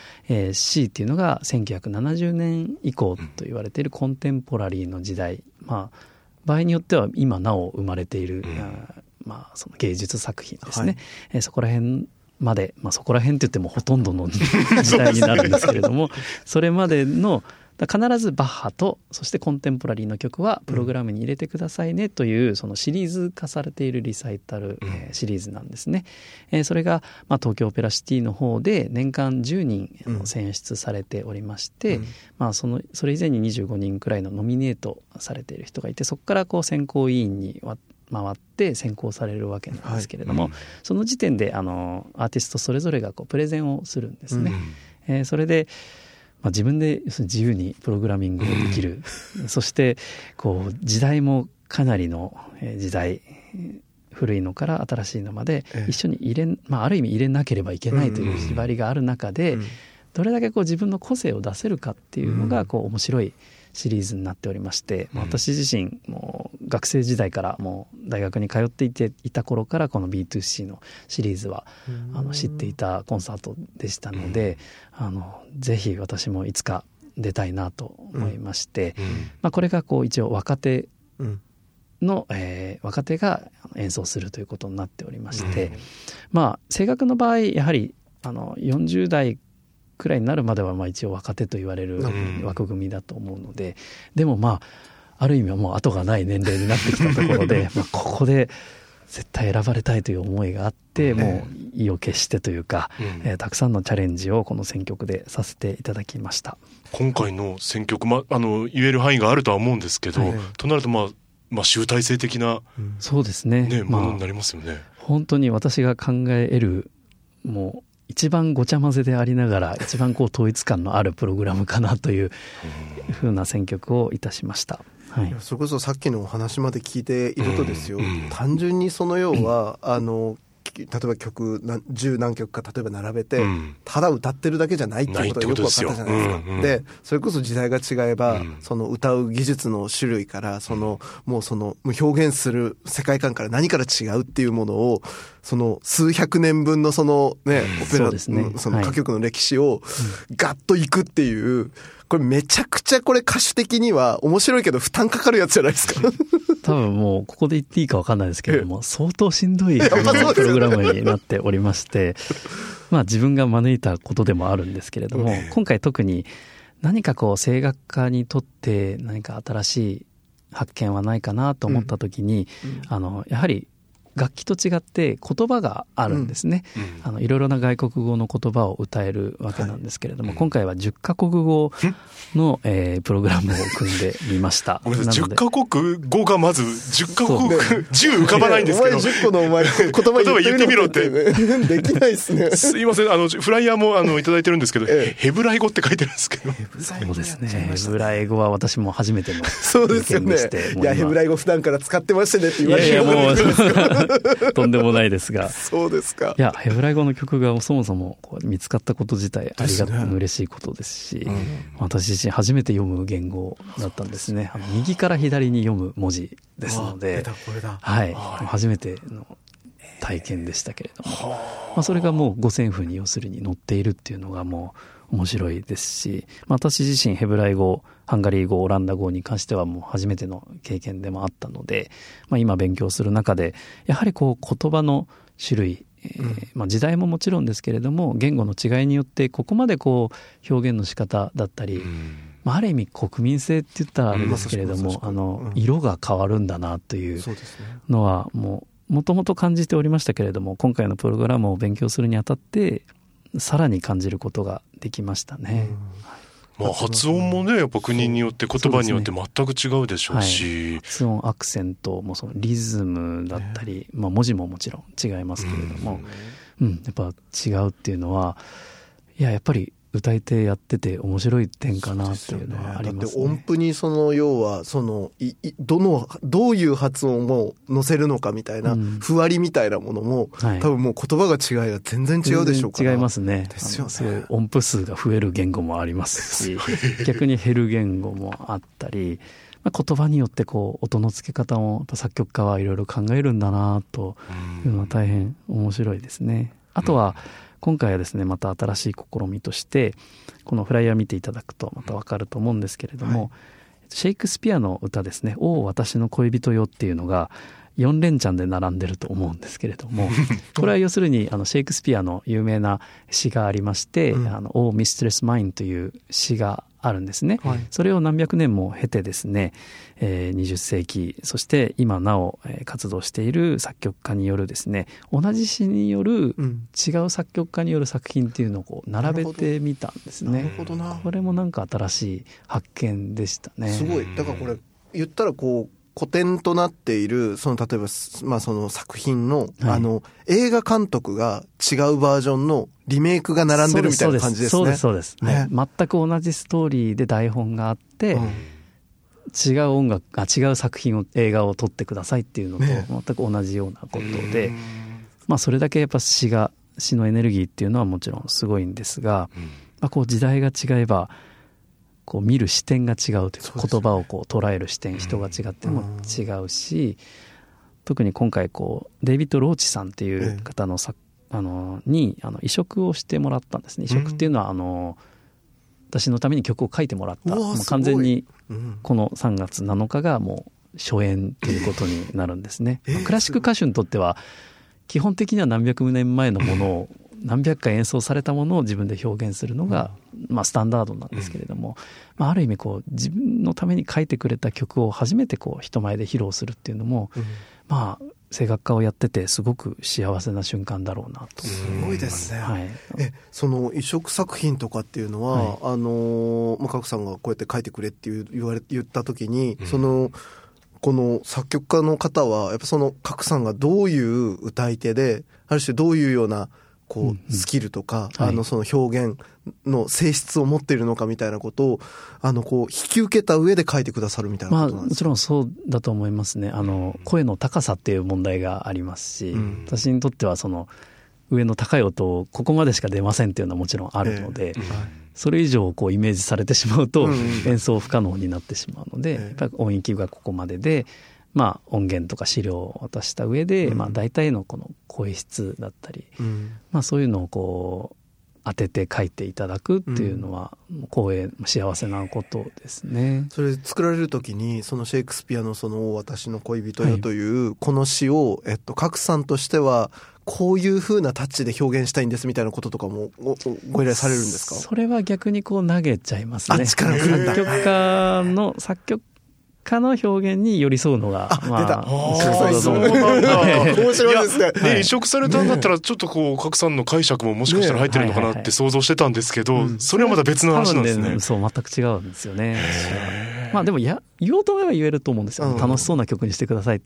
Speaker 3: 、C っていうのが1970年以降と言われているコンテンポラリーの時代、まあ、場合によっては今なお生まれている、まあ、その芸術作品ですね、そこら辺まで、まあ、そこら辺って言ってもほとんどの時代になるんですけれどもそれまでの必ずバッハとそしてコンテンポラリーの曲はプログラムに入れてくださいねというそのシリーズ化されているリサイタルシリーズなんですね。それが東京オペラシティの方で年間10人選出されておりまして、それ以前に25人くらいのノミネートされている人がいて、そこからこう選考委員に回って選考されるわけなんですけれども、その時点でアーティストそれぞれがこうプレゼンをするんですね。それで自分で自由にプログラミングをできるそしてこう時代もかなりの時代、古いのから新しいのまで一緒にある意味入れなければいけないという縛りがある中で、どれだけこう自分の個性を出せるかっていうのがこう面白いシリーズになっておりまして、私自身もう学生時代からもう大学に通っていた頃からこの B2C のシリーズは知っていたコンサートでしたので、ぜひ私もいつか出たいなと思いまして、これがこう一応若手の、若手が演奏するということになっておりまして、声楽の場合やはり40代くらいになるまでは一応若手と言われる枠組みだと思うので、でもある意味はもう後がない年齢になってきたところでここで絶対選ばれたいという思いがあって、もう意を決してというか、たくさんのチャレンジをこの選曲でさせていただきました。
Speaker 1: 今回の選曲、言える範囲があるとは思うんですけど、となると集大成的な、
Speaker 3: そうですね、
Speaker 1: ものになりますよね。
Speaker 3: 本当に私が考え得るもう一番ごちゃ混ぜでありながら一番こう統一感のあるプログラムかなというふうな選曲をいたしました。はい、
Speaker 2: それこそさっきのお話まで聞いているとですよ、単純にその要は例えば曲10何曲か例えば並べて、ただ歌ってるだけじゃないっていうことがよく分かったじゃないですか。でそれこそ時代が違えば、その歌う技術の種類からもう表現する世界観から何から違うっていうものをその数百年分のそのねオペラその歌曲の歴史をガッといくっていう、これめちゃくちゃこれ歌手的には面白いけど負担かかるやつじゃないですか。
Speaker 3: 多分もうここで言っていいか分かんないですけれども、相当しんどいプログラムになっておりましてまあ自分が招いたことでもあるんですけれども、今回特に何かこう声楽家にとって何か新しい発見はないかなと思った時に、やはり楽器と違って言葉があるんですね。いろいろな外国語の言葉を歌えるわけなんですけれども、今回は10カ国語の、プログラムを組んでみました。
Speaker 1: 10カ国語がまず10カ国語、10浮かばないんですけど。
Speaker 2: お前10個の言葉言ってみろって。できないですね。
Speaker 1: すいません、フライヤーもいただいてるんですけど、ヘブライ語って書いてるんですけど。
Speaker 3: そうですね。ヘブライ語は私も初めての
Speaker 2: そうですよね。いや、ヘブライ語普段から使ってましたねって言われて
Speaker 3: もとんでもないですが。
Speaker 2: そうですか。
Speaker 3: いや、ヘブライ語の曲がそもそも見つかったこと自体嬉しいことですし、私自身初めて読む言語だったんですね。右から左に読む文字ですので、はい、初めての体験でしたけれども、それがもう五線譜に要するに載っているっていうのがもう面白いですし、私自身ヘブライ語、ハンガリー語、オランダ語に関してはもう初めての経験でもあったので、今勉強する中でやはりこう言葉の種類、時代ももちろんですけれども、言語の違いによってここまでこう表現の仕方だったり、ある意味国民性って言ったらあれですけれども、色が変わるんだなというのはもともと感じておりましたけれども、今回のプログラムを勉強するにあたってさらに感じることができましたね。
Speaker 1: 発音もね、やっぱ国によって言葉によって全く違うでしょうし、
Speaker 3: 発音、アクセントもそのリズムだったり、文字ももちろん違いますけれども、やっぱ違うっていうのは、やっぱり歌い手やってて面白い点かなっていうのはありますね。
Speaker 2: だって音符に要はどういう発音を乗せるのかみたいな、ふわりみたいなものも、多分もう言葉が違いが全然違うでしょうから。
Speaker 3: 違いますね。ですよね。すごい音符数が増える言語もありますし逆に減る言語もあったり、言葉によってこう音の付け方も作曲家はいろいろ考えるんだなというのは大変面白いですね。あとは今回はですね、また新しい試みとしてこのフライヤー見ていただくとまた分かると思うんですけれども、シェイクスピアの歌ですね、おお私の恋人よっていうのが4連チャンで並んでると思うんですけれどもこれは要するにシェイクスピアの有名な詩がありまして、おミストレスマインという詩があるんですね。それを何百年も経てですね、20世紀そして今なお活動している作曲家によるですね、同じ詩による違う作曲家による作品っていうのをこう並べてみたんですね。
Speaker 2: なるほどな。
Speaker 3: これもなんか新しい発見でしたね。
Speaker 2: すごい。だからこれ言ったらこう古典となっている例えばその作品の、映画監督が違うバージョンのリメイクが並んでるみたいな感じですね。
Speaker 3: そうです、ね。全く同じストーリーで台本があって、違う作品映画を撮ってくださいっていうのと全く同じようなことで、それだけやっぱ詩のエネルギーっていうのはもちろんすごいんですが、こう時代が違えばこう見る視点が違うというか、言葉をこう捉える視点、人が違っても違うし、特に今回デイビッド・ローチさんっていう方のに移植をしてもらったんですね。移植っていうのは私のために曲を書いてもらった、完全にこの3月7日がもう初演ということになるんですね。クラシック歌手にとっては基本的には何百年前のものを何百回演奏されたものを自分で表現するのが、スタンダードなんですけれども、ある意味自分のために書いてくれた曲を初めて人前で披露するっていうのも、声楽家をやっててすごく幸せな瞬間だろうなと。
Speaker 2: すごいですね。その移植作品とかっていうのは、賀来さんがこうやって書いてくれって言った時に、この作曲家の方はやっぱ賀来さんがどういう歌い手で、ある種どういうようなこうスキルとか、その表現の性質を持っているのかみたいなことをこう引き受けた上で書いてくださるみたいなことなんですか？
Speaker 3: もちろんそうだと思いますね。声の高さっていう問題がありますし、私にとってはその上の高い音をここまでしか出ませんっていうのはもちろんあるので、それ以上こうイメージされてしまうと演奏不可能になってしまうので、やっぱり音域がここまでで、音源とか資料を渡した上で、大体のこの声質だったり、そういうのをこう当てて書いていただくっていうのは光栄幸せなことですね。
Speaker 2: それ作られる時にそのシェイクスピアのその私の恋人よというこの詩を賀来さんとしてはこういう風なタッチで表現したいんですみたいなこととかもご依頼されるんですか？
Speaker 3: それは逆にこう投げちゃいますね。
Speaker 2: 力来るんだ。
Speaker 3: 作曲家の表現に寄り添うのが、
Speaker 2: 出た。
Speaker 1: そうなんだ。
Speaker 2: 面白いですね。
Speaker 1: 移植されたんだったらちょっとこう賀来さんの解釈ももしかしたら入ってるのかなって想像してたんですけど、それはまた別の話なんですね。
Speaker 3: そう全く違うんですよね。でも言おうと思えば言えると思うんですよ。楽しそうな曲にしてくださいって。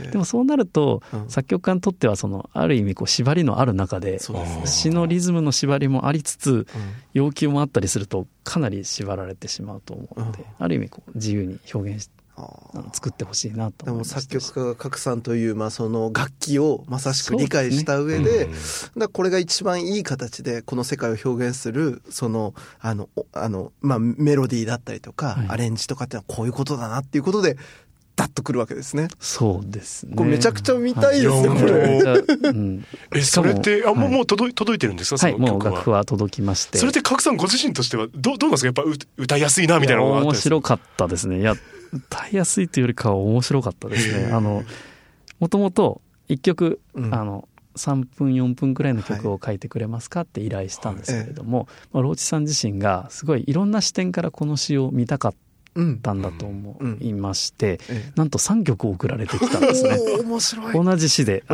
Speaker 3: でもそうなると作曲家にとってはそのある意味こう縛りのある中で詩のリズムの縛りもありつつ要求もあったりするとかなり縛られてしまうと思うので、ある意味こう自由に表現して作ってほしいなと思いました。
Speaker 2: でも作曲家が賀来さんというその楽器をまさしく理解した上で、だこれが一番いい形でこの世界を表現するそのメロディーだったりとか、アレンジとかってのはこういうことだなっていうことでダッとくるわけですね。
Speaker 3: そうですね。
Speaker 2: これめちゃくちゃ見たいですね、こ
Speaker 1: れ。それってもう届いてるんですか？その曲は。
Speaker 3: もう楽譜は届きまして。
Speaker 1: それって賀来さんご自身としてはどうなんですか？やっぱ歌いやすいなみたいなのがあったんですか？
Speaker 3: 面白かったですね。歌いやすいというよりかは面白かったですね。もともと一曲、3分4分くらいの曲を書いてくれますかって依頼したんですけれども、ローチさん自身がすごいいろんな視点からこの詩を見たかったんだと思いまして、なんと3曲送られてきたんですね。
Speaker 2: 面白い。
Speaker 3: 同じ詩で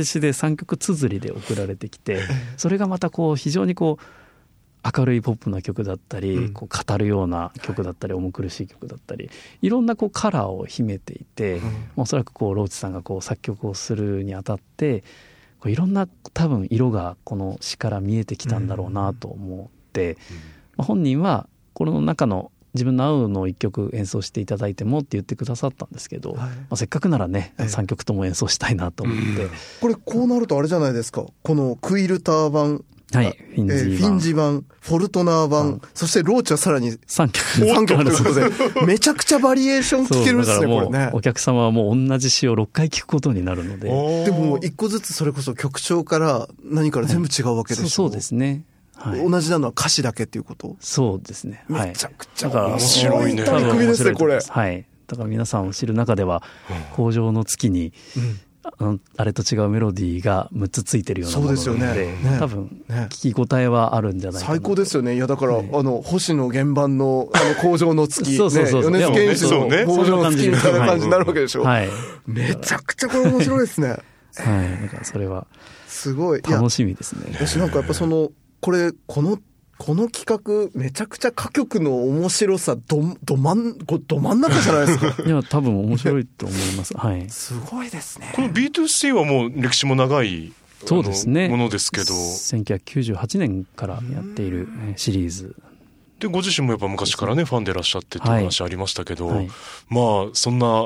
Speaker 3: 3曲綴りで送られてきて、それがまたこう非常にこう明るいポップな曲だったり、こう語るような曲だったり、重苦しい曲だったり、いろんなこうカラーを秘めていて、おそらくこうローチさんがこう作曲をするにあたってこういろんな多分色がこの詩から見えてきたんだろうなと思って、本人はこの中の自分の合うのを1曲演奏していただいてもって言ってくださったんですけど、せっかくならね、3曲とも演奏したいなと思って、
Speaker 2: これこうなるとあれじゃないですか、このクイルター版、
Speaker 3: フィ
Speaker 2: ンジ版、フォルトナー版、そしてローチはさらに
Speaker 3: 3
Speaker 2: 曲ということで、めちゃくちゃバリエーション聞けるんですね、これね。
Speaker 3: お客様はもう同じ詩を6回聞くことになるので。
Speaker 2: でも1個ずつそれこそ曲調から何から全部違うわけでしょ。
Speaker 3: そうですね。
Speaker 2: 同じなのは歌詞だけっていうこと？
Speaker 3: そうですね。
Speaker 2: めちゃくちゃ
Speaker 1: 面白いね。
Speaker 2: 取り組みですね、これ。
Speaker 3: はい。だから皆さんを知る中では、荒城の月に、あれと違うメロディーが6つついてるようなものなので、多分聞き応えはあるんじゃないかな。
Speaker 2: 最高ですよね。いやだから星野源版の荒城の月、
Speaker 3: そう米
Speaker 2: 津玄師の荒城の月みたいな感じになるわけでしょ。めちゃくちゃこれ面白いですね。
Speaker 3: だからそれは
Speaker 2: すごい
Speaker 3: 楽しみですね。
Speaker 2: 私なんかやっぱこの企画めちゃくちゃ歌曲の面白さど真ん中じゃないですか。
Speaker 3: いや多分面白いと思います。
Speaker 2: すごいですね。
Speaker 1: この B2C はもう歴史も長い
Speaker 3: そうですね、
Speaker 1: ものですけど、
Speaker 3: 1998年からやっているシリーズ
Speaker 1: で、ご自身もやっぱ昔からねファンでいらっしゃってっていう話ありましたけど、まあそんな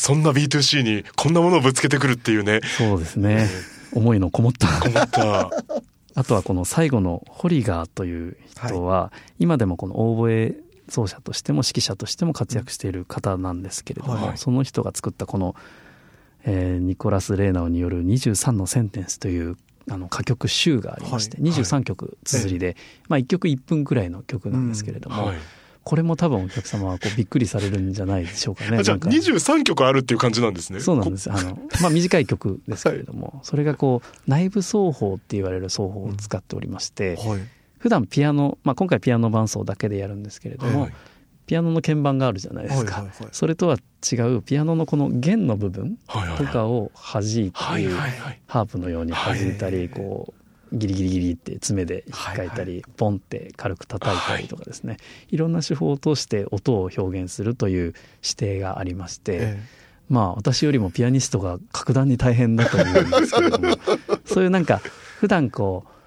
Speaker 1: B2C にこんなものをぶつけてくるっていうね。
Speaker 3: そうですね、思いのこもったあとはこの最後のホリガーという人は、今でもこのオーボエ奏者としても指揮者としても活躍している方なんですけれども、その人が作ったこの、ニコラス・レーナウによる23のセンテンスという歌曲集がありまして、23曲綴りで、1曲1分くらいの曲なんですけれども、これも多分お客様はこうびっくりされるんじゃないでしょうかね。
Speaker 1: じゃあ23曲あるっていう感じなんですね。
Speaker 3: そうなんです。短い曲ですけれども、それがこう内部奏法って言われる奏法を使っておりまして、普段ピアノ、今回ピアノ伴奏だけでやるんですけれども、ピアノの鍵盤があるじゃないですか。それとは違うピアノのこの弦の部分とかを弾いたり、ハープのように弾いたり、こうギリギリギリって爪で引っかいたり、ポンって軽く叩いたりとかですね、いろんな手法を通して音を表現するという指定がありまして、私よりもピアニストが格段に大変だと思うんですけれどもそういうなんか普段こう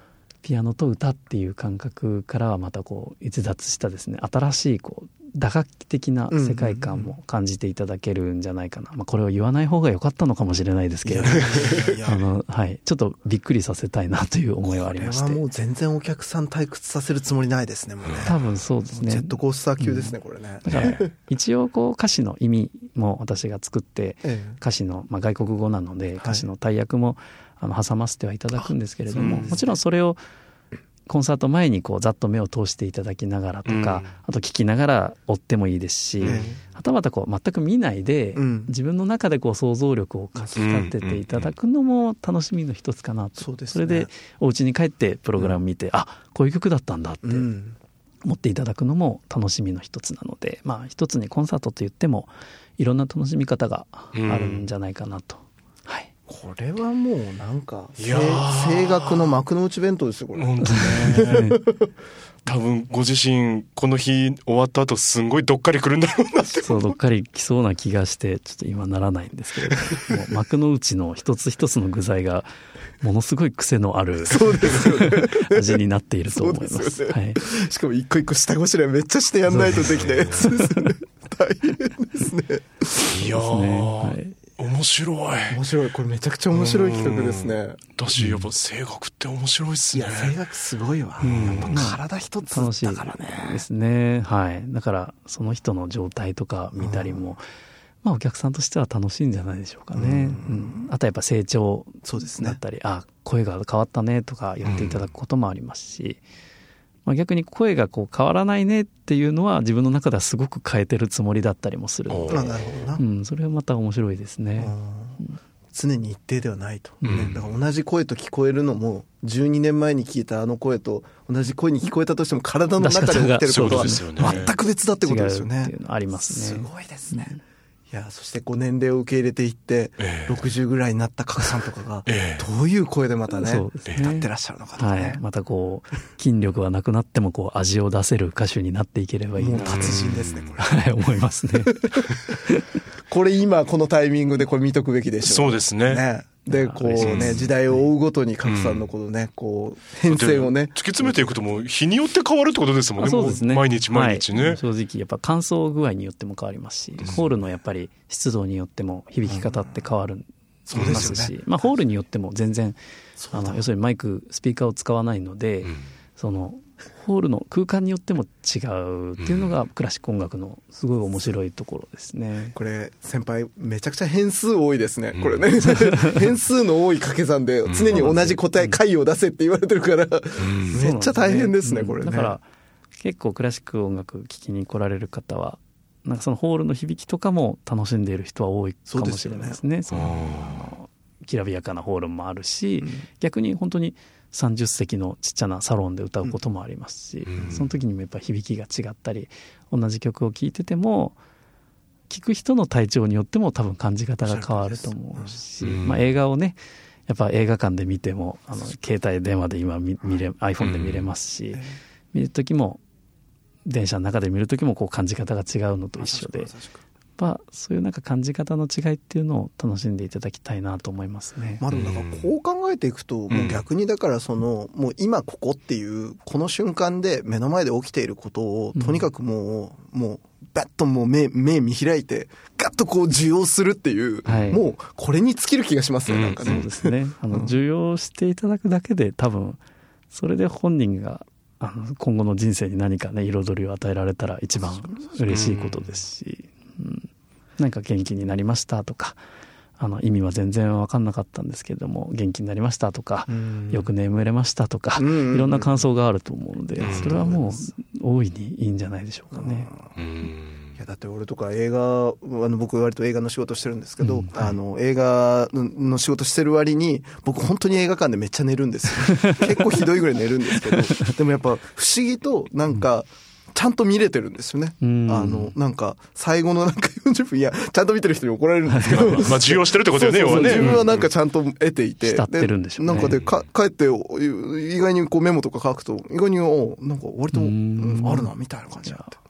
Speaker 3: ピアノと歌っていう感覚からはまたこう逸脱したですね、新しいこう打楽器的な世界観も感じていただけるんじゃないかな、これを言わない方が良かったのかもしれないですけれどはい、ちょっとびっくりさせたいなという思いはありまして、
Speaker 2: これはもう全然お客さん退屈させるつもりないですね、もうね。
Speaker 3: 多分そうですね。
Speaker 2: ジェットコースター級ですね、これね。
Speaker 3: だから一応こう歌詞の意味も私が作って歌詞の、外国語なので歌詞の大役も挟ませてはいただくんですけれども、もちろんそれをコンサート前にこうざっと目を通していただきながらとか、あと聞きながら追ってもいいですし、はたまたこう全く見ないで、自分の中でこう想像力をかき立てていただくのも楽しみの一つかなと。そうですね。それでお家に帰ってプログラム見て、こういう曲だったんだって思っていただくのも楽しみの一つなので、一つにコンサートといってもいろんな楽しみ方があるんじゃないかなと。
Speaker 2: これはもうなんか声楽の幕の内弁当ですよ、これ。本当ね。
Speaker 1: 多分ご自身この日終わった後すんごいどっかり来るんだろうなって。
Speaker 3: そう、どっかり来そうな気がしてちょっと今ならないんですけれども、幕の内の一つ一つの具材がものすごい癖のある
Speaker 2: そうですよ、ね、
Speaker 3: 味になっていると思います。
Speaker 2: ね、しかも一個一個下ごしらえめっちゃしてやんないとできないやつですね。大変ですね。
Speaker 1: いやー、面白い。
Speaker 2: これめちゃくちゃ面白い企画ですね。
Speaker 1: だし、やっぱ声楽って面白いっすね。
Speaker 2: いや、声楽すごいわ。やっぱ体一つだからね。
Speaker 3: 楽しいですね。はい。だからその人の状態とか見たりも、お客さんとしては楽しいんじゃないでしょうかね。あとやっぱ成長だったり、声が変わったねとか言っていただくこともありますし、逆に声がこう変わらないねっていうのは自分の中ではすごく変えてるつもりだったりもするので、それはまた面白いですね。
Speaker 2: 常に一定ではないと、だから同じ声と聞こえるのも12年前に聞いたあの声と同じ声に聞こえたとしても体の中で起きてることは全く別だってことですよね。
Speaker 3: っていうのありますね。
Speaker 2: すごいですね。いや、そして年齢を受け入れていって、60ぐらいになった賀来さんとかが、どういう声でまたね、歌ってらっしゃるのかとかね。
Speaker 3: またこう、筋力がなくなってもこう、味を出せる歌手になっていければいいな。
Speaker 2: もう達人ですね、これ。
Speaker 3: 思いますね。
Speaker 2: これ今、このタイミングでこれ見とくべきでしょう。
Speaker 1: そうですね。
Speaker 2: で、こうね、時代を追うごとに賀来さんのこのね、こう、変遷をね。
Speaker 1: 突き詰めていくともう、日によって変わるってことですもんね。
Speaker 3: そうですね。
Speaker 1: 毎日ね。
Speaker 3: 正直、やっぱ乾燥具合によっても変わりますし、ホールのやっぱり湿度によっても響き方って変わるますし、ホールによっても全然、要するにマイク、スピーカーを使わないので、その、ホールの空間によっても違うっていうのがクラシック音楽のすごい面白いところですね。
Speaker 2: これ先輩めちゃくちゃ変数多いですね、これね。変数の多い掛け算で常に同じ答え解を出せって言われてるから、めっちゃ大変ですね、これね。
Speaker 3: だから結構クラシック音楽聴きに来られる方はなんかそのホールの響きとかも楽しんでいる人は多いかもしれないですね。きらびやかなホールもあるし、逆に本当に30席のちっちゃなサロンで歌うこともありますし、その時にもやっぱ響きが違ったり、同じ曲を聴いてても聴く人の体調によっても多分感じ方が変わると思うし、映画をね、やっぱ映画館で見ても携帯電話で今iPhone で見れますし、見る時も電車の中で見る時もこう感じ方が違うのと一緒で、そういうなんか感じ方の違いっていうのを楽しんでいただきたいなと思いますね。
Speaker 2: でもなんかこう考えていくと、もう逆にだからもう今ここっていうこの瞬間で目の前で起きていることをとにかくもうバッともう目見開いてガッとこう受容するっていう、もうこれに尽きる気がしますね。なんかね。
Speaker 3: そうですね。受容していただくだけで多分それで本人が今後の人生に何かね彩りを与えられたら一番嬉しいことですし。なんか元気になりましたとか、意味は全然分かんなかったんですけれども元気になりましたとか、よく眠れましたとか、いろんな感想があると思うので、それはもう大いにいいんじゃないでしょうかね。
Speaker 2: いやだって俺とか映画僕割と映画の仕事してるんですけど、映画の仕事してる割に僕本当に映画館でめっちゃ寝るんですよ。結構ひどいぐらい寝るんですけど、でもやっぱ不思議となんか、ちゃんと見れてるんですよね。なんか最後のなんか40分、いやちゃんと見てる人に怒られるんですけど、
Speaker 1: 受容してるってことよね。
Speaker 2: 自分はなんかちゃんと得ていて、
Speaker 3: 慕ってるんでしょうね。
Speaker 2: なんかで帰って意外にこうメモとか書くと意外になんか割とあるなみたいな感じになって、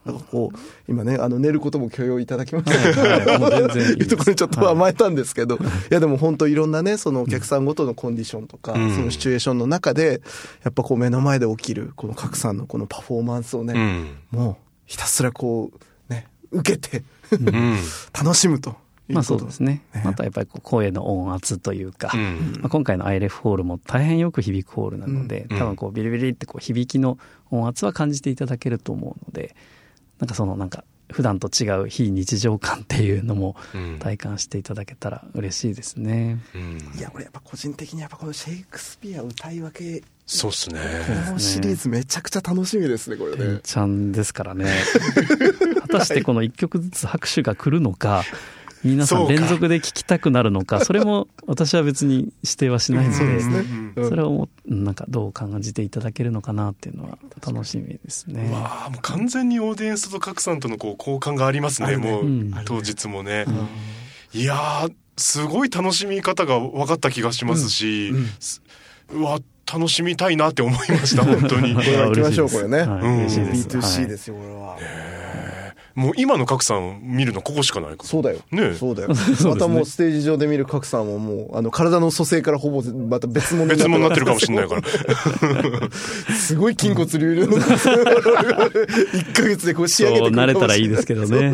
Speaker 2: なんかこう今ね寝ることも許容いただきました
Speaker 3: もう全然いいです
Speaker 2: いうところにちょっと甘えたんですけど、いやでも本当いろんなねそのお客さんごとのコンディションとか、そのシチュエーションの中でやっぱこう目の前で起きるこの賀来さんのこのパフォーマンスをね、もうひたすらこうね受けて楽しむと。
Speaker 3: まあそうですね。またやっぱり声の音圧というか、今回の ILF ホールも大変よく響くホールなので、多分こうビリビリってこう響きの音圧は感じていただけると思うので、なんか普段と違う非日常感っていうのも体感していただけたら嬉しいですね。
Speaker 2: いやこれやっぱ個人的にやっぱこのシェイクスピア歌い分け、
Speaker 1: そうですね。
Speaker 2: このシリーズめちゃくちゃ楽しみですねこれね。
Speaker 3: ちゃんですからね。果たしてこの一曲ずつ拍手が来るのか。皆さん連続で聴きたくなるのか、それも私は別に指定はしないので、それをなんかどう感じていただけるのかなっていうのは楽しみですね。
Speaker 1: わあ、もう完全にオーディエンスと賀来さんとのこう交換がありますね。もう当日もね。いやー、すごい楽しみ方が分かった気がしますし、うわ楽しみたいなって思いました本当に。
Speaker 2: これは行きましょうこれね。
Speaker 3: 嬉しいです。
Speaker 2: B2C ですよこれは。
Speaker 1: もう今の賀来さん見るのここしかないから。
Speaker 2: そうだよ。
Speaker 1: ね、
Speaker 2: そうだよ。またもうステージ上で見る賀来さんはもう体の組成からほぼまた別物
Speaker 1: になってるかもしれないから。
Speaker 2: すごい筋骨隆々の1ヶ月でこう仕上げてくるかもしれない。
Speaker 3: 慣れたらいいですけどね。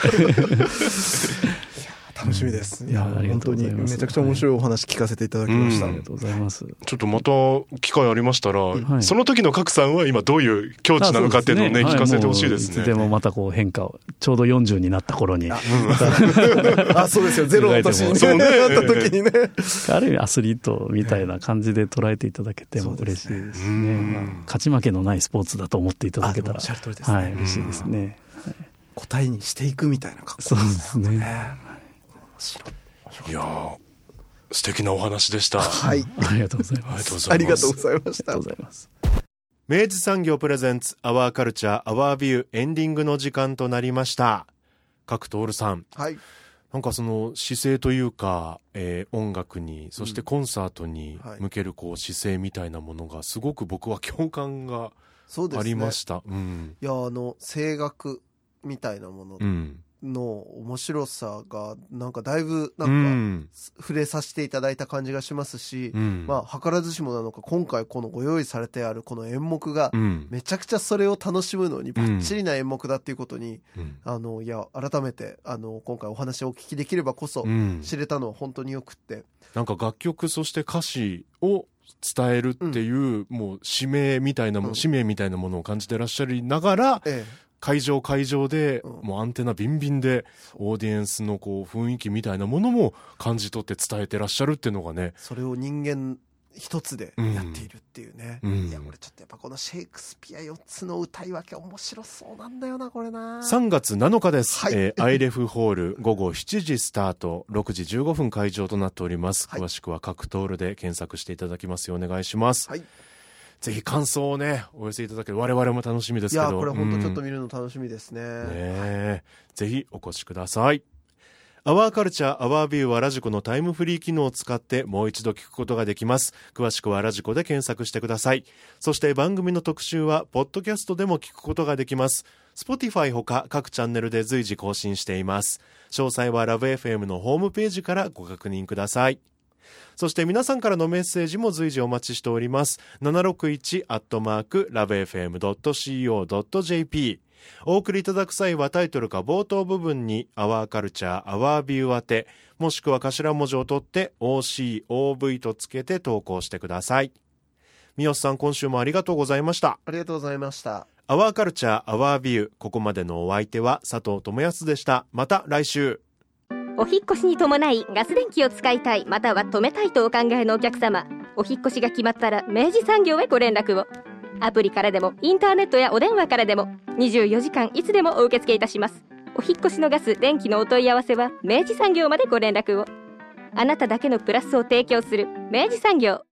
Speaker 2: 楽しみです。
Speaker 3: いや
Speaker 2: 本当にめちゃくちゃ面白いお話聞かせていただきました。
Speaker 3: ありがとうございます。
Speaker 1: ちょっとまた機会ありましたら、その時の賀来さんは今どういう境地なのかっていうのをね、聞かせてほしいですね。
Speaker 3: いつでもまたこう変化をちょうど40になった頃に、
Speaker 2: そうですよ、ゼロの年になった時にね。
Speaker 3: ある意味アスリートみたいな感じで捉えていただけても嬉しいですね。勝ち負けのないスポーツだと思っていただけたら、嬉しいですね。
Speaker 2: 答えにしていくみたいな感じ。
Speaker 3: そうですね。
Speaker 1: いや素敵なお話でした。
Speaker 2: はい、
Speaker 3: ありがとうございます。
Speaker 2: ありがとうございました。
Speaker 1: 明治産業プレゼンツアワーカルチャーアワービューエンディングの時間となりました。賀来徹さん、なんかその姿勢というか、音楽にそしてコンサートに向けるこう姿勢みたいなものがすごく僕は共感がありました。
Speaker 2: いや声楽みたいなものの面白さがなんかだいぶなんか触れさせていただいた感じがしますし、図らずしもなのか今回このご用意されてあるこの演目がめちゃくちゃそれを楽しむのにバッチリな演目だっていうことに、いや改めて今回お話をお聞きできればこそ知れたのは本当によくって、
Speaker 1: なんか楽曲そして歌詞を伝えるっていう、もう使命みたいなものを感じてらっしゃりながら、会場でもうアンテナビンビンでオーディエンスのこう雰囲気みたいなものも感じ取って伝えてらっしゃるっていうのがね、
Speaker 2: それを人間一つでやっているっていうね、いや俺ちょっとやっぱこのシェイクスピア4つの歌い分け面白そうなんだよなこれな。
Speaker 1: 3月7日です、アイレフホール午後7時スタート、6時15分会場となっております。詳しくは賀来徹で検索していただきますようお願いします。ぜひ感想をねお寄せいただける我々も楽しみですけど、
Speaker 2: いやこれ本当ちょっと見るの楽しみですね。
Speaker 1: ぜひお越しください。アワーカルチャーアワービューはラジコのタイムフリー機能を使ってもう一度聞くことができます。詳しくはラジコで検索してください。そして番組の特集はポッドキャストでも聞くことができます。 Spotify ほか各チャンネルで随時更新しています。詳細はラブ FM のホームページからご確認ください。そして皆さんからのメッセージも随時お待ちしております。761@lovefm.co.jp、 お送りいただく際はタイトルか冒頭部分にアワーカルチャーアワービュー宛て、もしくは頭文字を取って OCOV とつけて投稿してください。三好さん、今週もありがとうございました。
Speaker 2: ありがとうございました。
Speaker 1: アワーカルチャーアワービュー、ここまでのお相手は佐藤智康でした。また来週。
Speaker 4: お引越しに伴いガス電気を使いたい、または止めたいとお考えのお客様、お引越しが決まったら明治産業へご連絡を。アプリからでもインターネットやお電話からでも24時間いつでもお受け付けいたします。お引越しのガス電気のお問い合わせは明治産業までご連絡を。あなただけのプラスを提供する明治産業。